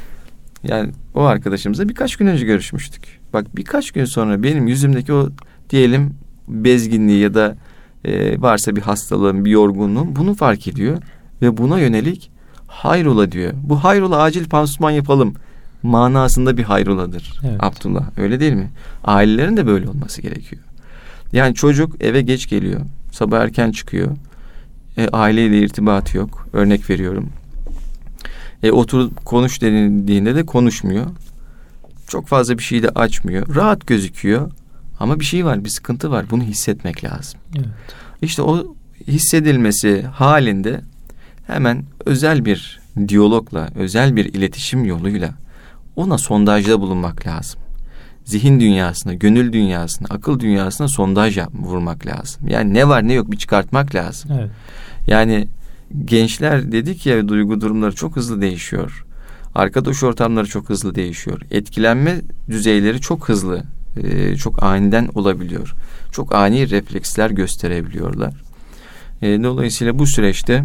yani o arkadaşımızla birkaç gün önce görüşmüştük. Bak birkaç gün sonra benim yüzümdeki o diyelim bezginliği ya da e, varsa bir hastalığım, bir yorgunluğum bunu fark ediyor. Ve buna yönelik hayrola diyor. Bu hayrola acil pansuman yapalım manasında bir hayroladır. Evet. Abdullah öyle değil mi? Ailelerin de böyle olması gerekiyor. Yani çocuk eve geç geliyor. Sabah erken çıkıyor. E, aileyle irtibatı yok. Örnek veriyorum. E, oturup konuş denildiğinde de konuşmuyor. Çok fazla bir şey de açmıyor. Rahat gözüküyor. Ama bir şey var, bir sıkıntı var. Bunu hissetmek lazım. Evet. İşte o hissedilmesi halinde hemen özel bir diyalogla, özel bir iletişim yoluyla ona sondajda bulunmak lazım. Zihin dünyasına, gönül dünyasına, akıl dünyasına sondaj yap, vurmak lazım. Yani ne var ne yok bir çıkartmak lazım. Evet. Yani gençler dedik ya duygu durumları çok hızlı değişiyor. Arkadaş ortamları çok hızlı değişiyor. Etkilenme düzeyleri çok hızlı, e, çok aniden olabiliyor. Çok ani refleksler gösterebiliyorlar. E, dolayısıyla bu süreçte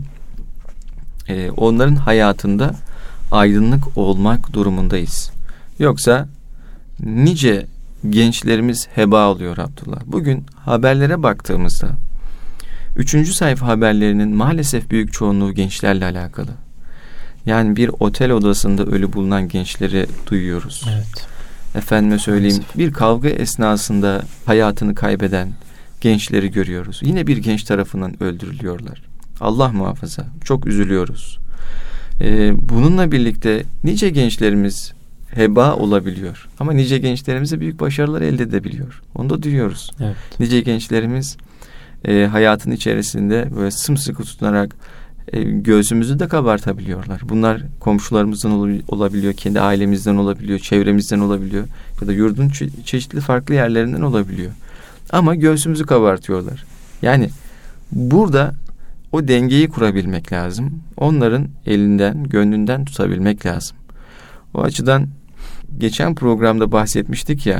e, onların hayatında aydınlık olmak durumundayız. Yoksa nice gençlerimiz heba oluyor Abdullah. Bugün haberlere baktığımızda üçüncü sayfa haberlerinin maalesef büyük çoğunluğu gençlerle alakalı. Yani bir otel odasında ölü bulunan gençleri duyuyoruz. Evet. Efendime söyleyeyim maalesef. Bir kavga esnasında hayatını kaybeden gençleri görüyoruz. Yine bir genç tarafından öldürülüyorlar. Allah muhafaza. Çok üzülüyoruz. Ee, bununla birlikte nice gençlerimiz heba olabiliyor. Ama nice gençlerimiz de büyük başarılar elde edebiliyor. Onu da duyuyoruz. Evet. Nice gençlerimiz e, hayatın içerisinde böyle sımsıkı tutunarak e, göğsümüzü de kabartabiliyorlar. Bunlar komşularımızdan ol- olabiliyor, kendi ailemizden olabiliyor, çevremizden olabiliyor ya da yurdun çe- çeşitli farklı yerlerinden olabiliyor. Ama göğsümüzü kabartıyorlar. Yani burada o dengeyi kurabilmek lazım. Onların elinden, gönlünden tutabilmek lazım. O açıdan geçen programda bahsetmiştik ya,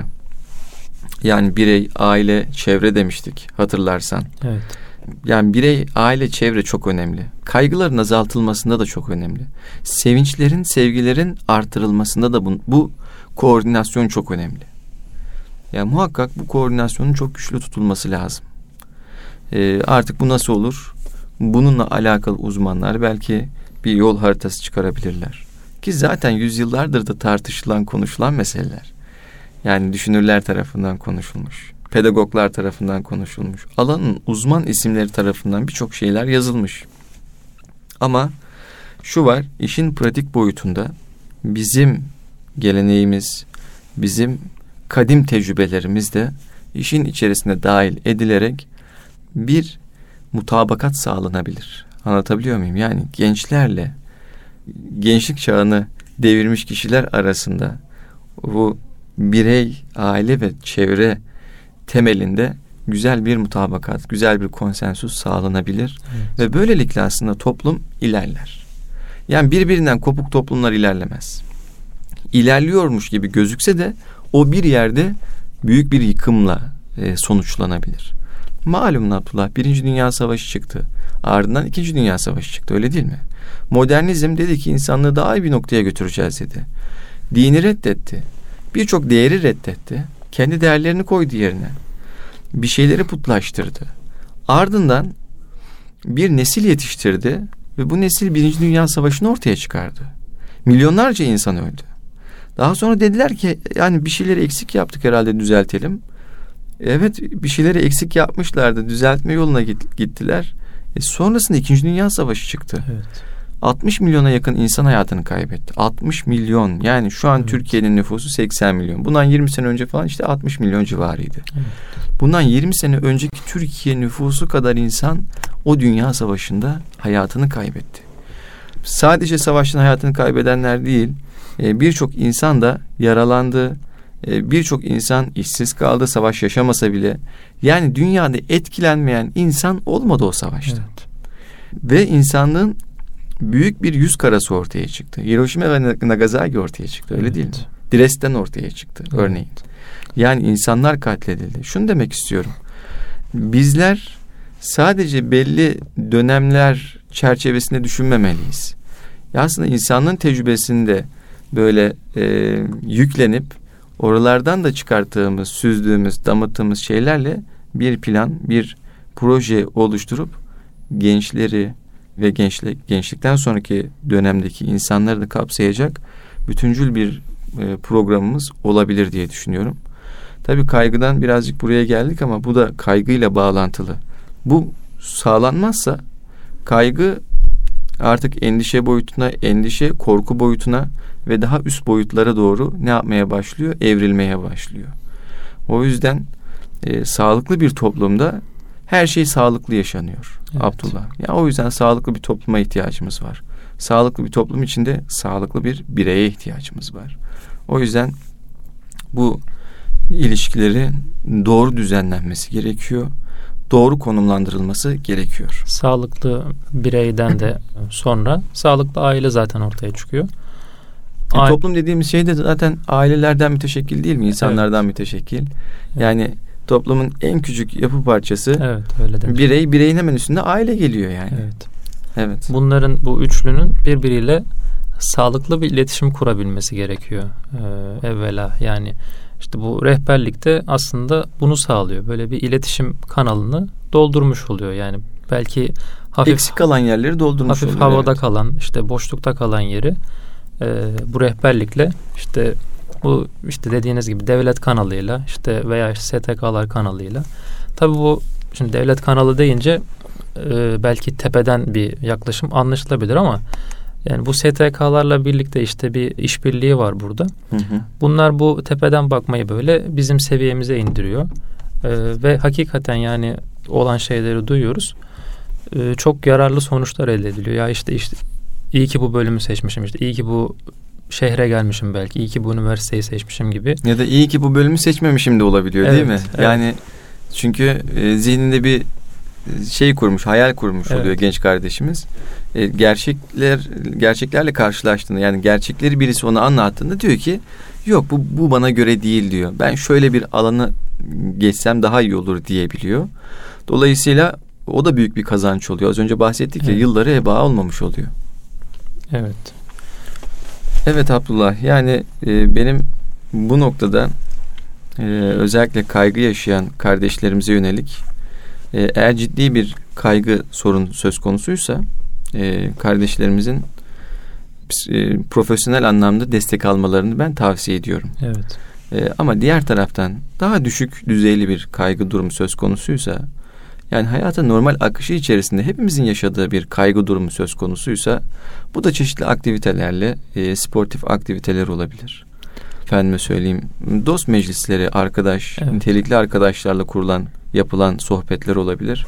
yani birey, aile, çevre demiştik hatırlarsan. Evet. Yani birey, aile, çevre çok önemli. Kaygıların azaltılmasında da çok önemli. Sevinçlerin, sevgilerin artırılmasında da bu, bu koordinasyon çok önemli. Yani muhakkak bu koordinasyonun çok güçlü tutulması lazım. Ee, artık bu nasıl olur? Bununla alakalı uzmanlar belki bir yol haritası çıkarabilirler. Ki zaten yüzyıllardır da tartışılan, konuşulan meseleler. Yani düşünürler tarafından konuşulmuş, pedagoglar tarafından konuşulmuş, alanın uzman isimleri tarafından birçok şeyler yazılmış. Ama şu var, işin pratik boyutunda bizim geleneğimiz, bizim kadim tecrübelerimiz de işin içerisine dahil edilerek bir mutabakat sağlanabilir. Anlatabiliyor muyum? Yani gençlerle gençlik çağını devirmiş kişiler arasında bu birey, aile ve çevre temelinde güzel bir mutabakat, güzel bir konsensus sağlanabilir. Evet. Ve böylelikle aslında toplum ilerler. Yani birbirinden kopuk toplumlar ilerlemez. İlerliyormuş gibi gözükse de o bir yerde büyük bir yıkımla e, sonuçlanabilir. Malum Abdullah, Birinci Dünya Savaşı çıktı. Ardından İkinci Dünya Savaşı çıktı, öyle değil mi? Modernizm dedi ki insanlığı daha iyi bir noktaya götüreceğiz dedi. Dini reddetti. Birçok değeri reddetti. Kendi değerlerini koydu yerine. Bir şeyleri putlaştırdı. Ardından bir nesil yetiştirdi ve bu nesil Birinci Dünya Savaşı'nı ortaya çıkardı. Milyonlarca insan öldü. Daha sonra dediler ki yani bir şeyleri eksik yaptık, herhalde düzeltelim. Evet, bir şeyleri eksik yapmışlardı. Düzeltme yoluna gittiler. E sonrasında İkinci Dünya Savaşı çıktı. Evet. altmış milyona yakın insan hayatını kaybetti. altmış milyon. Yani şu an evet. Türkiye'nin nüfusu seksen milyon. Bundan yirmi sene önce falan işte altmış milyon civarıydı. Evet. Bundan yirmi sene önceki Türkiye nüfusu kadar insan o dünya savaşında hayatını kaybetti. Sadece savaştan hayatını kaybedenler değil, birçok insan da yaralandı. Birçok insan işsiz kaldı, savaş yaşamasa bile. Yani dünyada etkilenmeyen insan olmadı o savaşta. Evet. Ve insanlığın büyük bir yüz karası ortaya çıktı. Hiroşima ve Nagasaki ortaya çıktı, öyle evet. değil mi? Dresden ortaya çıktı evet. örneğin. Yani insanlar katledildi. Şunu demek istiyorum. Bizler sadece belli dönemler çerçevesinde düşünmemeliyiz. Ya aslında insanlığın tecrübesinde böyle e, yüklenip oralardan da çıkarttığımız, süzdüğümüz, damıttığımız şeylerle bir plan, bir proje oluşturup gençleri ve gençlik, gençlikten sonraki dönemdeki insanları da kapsayacak bütüncül bir e, programımız olabilir diye düşünüyorum. Tabii kaygıdan birazcık buraya geldik ama bu da kaygıyla bağlantılı. Bu sağlanmazsa kaygı artık endişe boyutuna, endişe korku boyutuna ve daha üst boyutlara doğru ne yapmaya başlıyor? Evrilmeye başlıyor. O yüzden e, sağlıklı bir toplumda her şey sağlıklı yaşanıyor evet. Abdullah. Ya o yüzden sağlıklı bir topluma ihtiyacımız var. Sağlıklı bir toplum içinde sağlıklı bir bireye ihtiyacımız var. O yüzden bu ilişkileri doğru düzenlenmesi gerekiyor. Doğru konumlandırılması gerekiyor. Sağlıklı bireyden de sonra sağlıklı aile zaten ortaya çıkıyor. E, A- toplum dediğimiz şey de zaten ailelerden müteşekkil değil mi? İnsanlardan evet. müteşekkil. Yani toplumun en küçük yapı parçası evet, öyle demiş. birey, bireyin hemen üstünde aile geliyor yani. Evet. Evet. Bunların, bu üçlünün birbiriyle sağlıklı bir iletişim kurabilmesi gerekiyor ee, evvela. Yani işte bu rehberlikte aslında bunu sağlıyor. Böyle bir iletişim kanalını doldurmuş oluyor. Yani belki hafif eksik kalan yerleri doldurmuş hafif oluyor. Hafif havada evet. kalan, işte boşlukta kalan yeri e, bu rehberlikle işte bu işte dediğiniz gibi devlet kanalıyla işte veya işte S T K'lar kanalıyla. Tabii bu şimdi devlet kanalı deyince e, belki tepeden bir yaklaşım anlaşılabilir ama Yani bu S T K'larla birlikte işte bir işbirliği var burada. Hı hı. Bunlar bu tepeden bakmayı böyle bizim seviyemize indiriyor. Ee, ve hakikaten yani olan şeyleri duyuyoruz. Ee, çok yararlı sonuçlar elde ediliyor. Ya işte işte iyi ki bu bölümü seçmişim, işte iyi ki bu şehre gelmişim belki, iyi ki bu üniversiteyi seçmişim gibi. Ya da iyi ki bu bölümü seçmemişim de olabiliyor, evet, değil mi? Evet. Yani çünkü e, zihninde bir şey kurmuş, hayal kurmuş oluyor, evet, genç kardeşimiz. E, gerçekler gerçeklerle karşılaştığında, yani gerçekleri birisi ona anlattığında diyor ki yok bu bu bana göre değil diyor. Ben şöyle bir alanı geçsem daha iyi olur diyebiliyor. Dolayısıyla o da büyük bir kazanç oluyor. Az önce bahsettik ya, evet, yılları heba olmamış oluyor. Evet. Evet Abdullah, yani e, benim bu noktada e, özellikle kaygı yaşayan kardeşlerimize yönelik e, eğer ciddi bir kaygı sorun söz konusuysa e, kardeşlerimizin e, profesyonel anlamda destek almalarını ben tavsiye ediyorum. Evet. E, ama diğer taraftan daha düşük düzeyli bir kaygı durumu söz konusuysa, yani hayatın normal akışı içerisinde hepimizin yaşadığı bir kaygı durumu söz konusuysa, bu da çeşitli aktivitelerle, e, sportif aktiviteler olabilir. Efendime söyleyeyim, dost meclisleri, arkadaş, evet, nitelikli arkadaşlarla kurulan, yapılan sohbetler olabilir.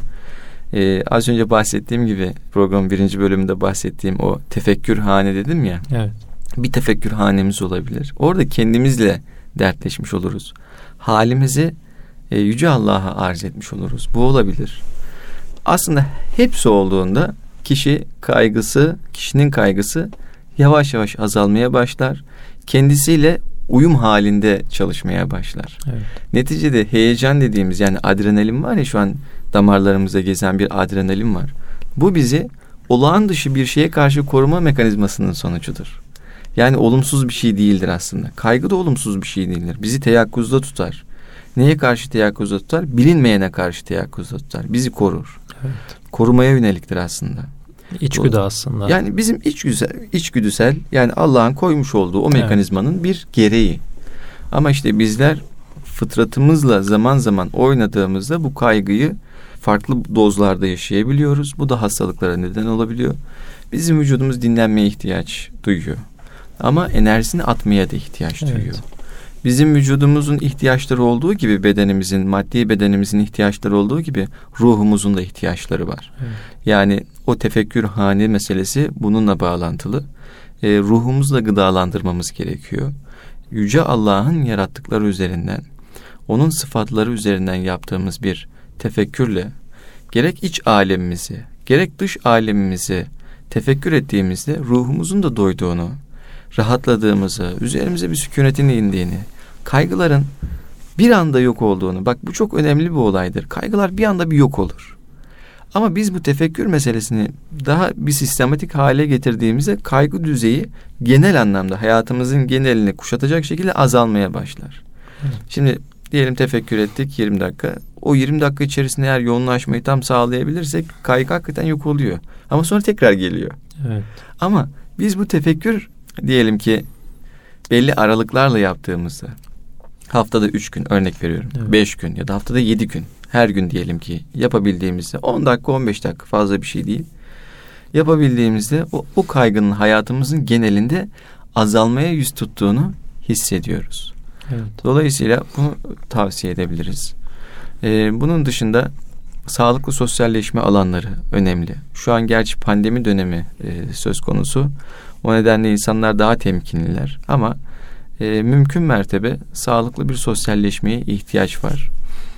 E, az önce bahsettiğim gibi, programın birinci bölümünde bahsettiğim o tefekkür hane dedim ya. Evet. Bir tefekkür hanemiz olabilir. Orada kendimizle dertleşmiş oluruz. Halimizi E, Yüce Allah'a arz etmiş oluruz. Bu olabilir. Aslında hepsi olduğunda kişi kaygısı, kişinin kaygısı yavaş yavaş azalmaya başlar. Kendisiyle uyum halinde çalışmaya başlar. Evet. Neticede heyecan dediğimiz, yani adrenalin var ya, şu an damarlarımıza gezen bir adrenalin var. Bu bizi olağan dışı bir şeye karşı koruma mekanizmasının sonucudur. Yani olumsuz bir şey değildir aslında. Kaygı da olumsuz bir şey değildir. Bizi teyakkuzda tutar. Neye karşı teyakkuzda tutar? Bilinmeyene karşı teyakkuzda tutar. Bizi korur. Evet. Korumaya yöneliktir aslında. İçgüdü aslında. Yani bizim içgüdüsel, içgüdüsel yani Allah'ın koymuş olduğu o mekanizmanın, evet, bir gereği. Ama işte bizler fıtratımızla zaman zaman oynadığımızda bu kaygıyı farklı dozlarda yaşayabiliyoruz. Bu da hastalıklara neden olabiliyor. Bizim vücudumuz dinlenmeye ihtiyaç duyuyor. Ama enerjisini atmaya da ihtiyaç, evet, duyuyor. Bizim vücudumuzun ihtiyaçları olduğu gibi, bedenimizin, maddi bedenimizin ihtiyaçları olduğu gibi ruhumuzun da ihtiyaçları var. Evet. Yani o tefekkür hane meselesi bununla bağlantılı. E, ruhumuzla gıdalandırmamız gerekiyor. Yüce Allah'ın yarattıkları üzerinden, onun sıfatları üzerinden yaptığımız bir tefekkürle gerek iç alemimizi, gerek dış alemimizi tefekkür ettiğimizde ruhumuzun da doyduğunu, rahatladığımızı, üzerimize bir sükunetin indiğini, kaygıların bir anda yok olduğunu, bak bu çok önemli bir olaydır. Kaygılar bir anda bir yok olur. Ama biz bu tefekkür meselesini daha bir sistematik hale getirdiğimizde kaygı düzeyi genel anlamda hayatımızın genelini kuşatacak şekilde azalmaya başlar. Evet. Şimdi diyelim tefekkür ettik yirmi dakika. O yirmi dakika içerisinde eğer yoğunlaşmayı tam sağlayabilirsek kaygı hakikaten yok oluyor. Ama sonra tekrar geliyor. Evet. Ama biz bu tefekkür diyelim ki belli aralıklarla yaptığımızda, haftada üç gün örnek veriyorum, evet, beş gün ya da haftada yedi gün, her gün diyelim ki yapabildiğimizde on dakika on beş dakika, fazla bir şey değil. Yapabildiğimizde o, o kaygının hayatımızın genelinde azalmaya yüz tuttuğunu hissediyoruz. Evet. Dolayısıyla bunu tavsiye edebiliriz. Ee, bunun dışında sağlıklı sosyalleşme alanları önemli. Şu an gerçi pandemi dönemi e, söz konusu. O nedenle insanlar daha temkinliler. Ama e, mümkün mertebe sağlıklı bir sosyalleşmeye ihtiyaç var.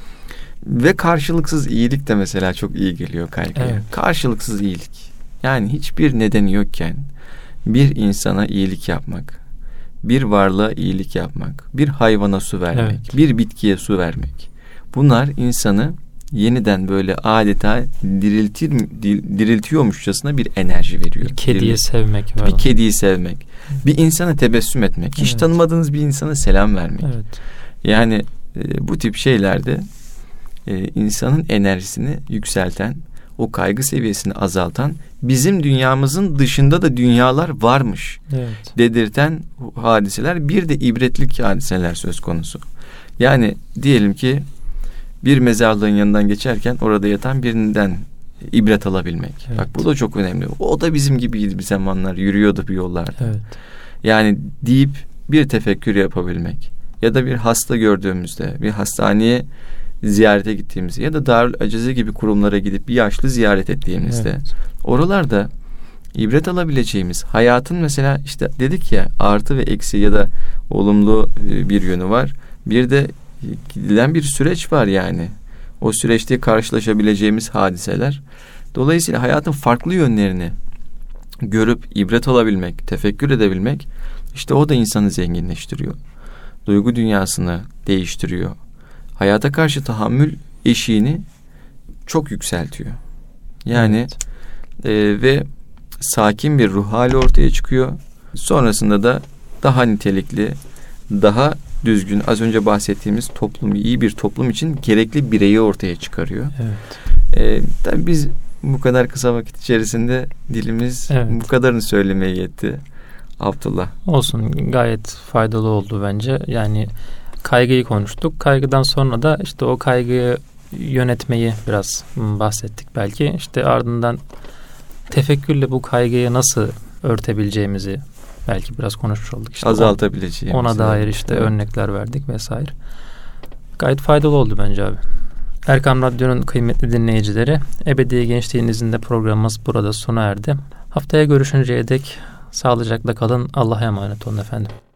Ve karşılıksız iyilik de mesela çok iyi geliyor kaygıya. Evet. Karşılıksız iyilik. Yani hiçbir nedeni yokken bir insana iyilik yapmak, bir varlığa iyilik yapmak, bir hayvana su vermek, evet, bir bitkiye su vermek. Bunlar insanı yeniden böyle adeta diriltir, diriltiyormuşçasına bir enerji veriyor. Bir kediyi bir, sevmek. Bir kediyi sevmek. Bir insana tebessüm etmek. Hiç, evet, tanımadığınız bir insana selam vermek. Evet. Yani e, bu tip şeylerde e, insanın enerjisini yükselten, o kaygı seviyesini azaltan, bizim dünyamızın dışında da dünyalar varmış, evet, dedirten hadiseler, bir de ibretlik hadiseler söz konusu. Yani diyelim ki bir mezarlığın yanından geçerken orada yatan birinden ibret alabilmek. Evet. Bak bu da çok önemli. O da bizim gibiydi bir zamanlar. Yürüyordu bir yollarda. Evet. Yani deyip bir tefekkür yapabilmek. Ya da bir hasta gördüğümüzde, bir hastaneye ziyarete gittiğimizde ya da Darül Acize gibi kurumlara gidip bir yaşlı ziyaret ettiğimizde, Evet. oralarda ibret alabileceğimiz, hayatın mesela işte dedik ya, artı ve eksi ya da olumlu bir yönü var. Bir de gidilen bir süreç var yani. O süreçte karşılaşabileceğimiz hadiseler. Dolayısıyla hayatın farklı yönlerini görüp ibret olabilmek, tefekkür edebilmek, işte o da insanı zenginleştiriyor. Duygu dünyasını değiştiriyor. Hayata karşı tahammül eşiğini çok yükseltiyor. Yani evet. e, ve sakin bir ruh hali ortaya çıkıyor. Sonrasında da daha nitelikli, daha düzgün, az önce bahsettiğimiz toplum, iyi bir toplum için gerekli bireyi ortaya çıkarıyor. Evet. E, tabii biz bu kadar kısa vakit içerisinde dilimiz evet. bu kadarını söylemeye yetti. Abdullah. Olsun, gayet faydalı oldu bence. Yani kaygıyı konuştuk. Kaygıdan sonra da işte o kaygıyı yönetmeyi biraz bahsettik belki. İşte ardından tefekkürle bu kaygıyı nasıl örtebileceğimizi belki biraz konuşmuş olduk. İşte azaltabileceğimizi. Ona dair işte evet. örnekler verdik vesaire. Gayet faydalı oldu bence abi. Erkam Radyo'nun kıymetli dinleyicileri, Ebedi Gençliğinizin de programımız burada sona erdi. Haftaya görüşünceye dek sağlıcakla kalın. Allah'a emanet olun efendim.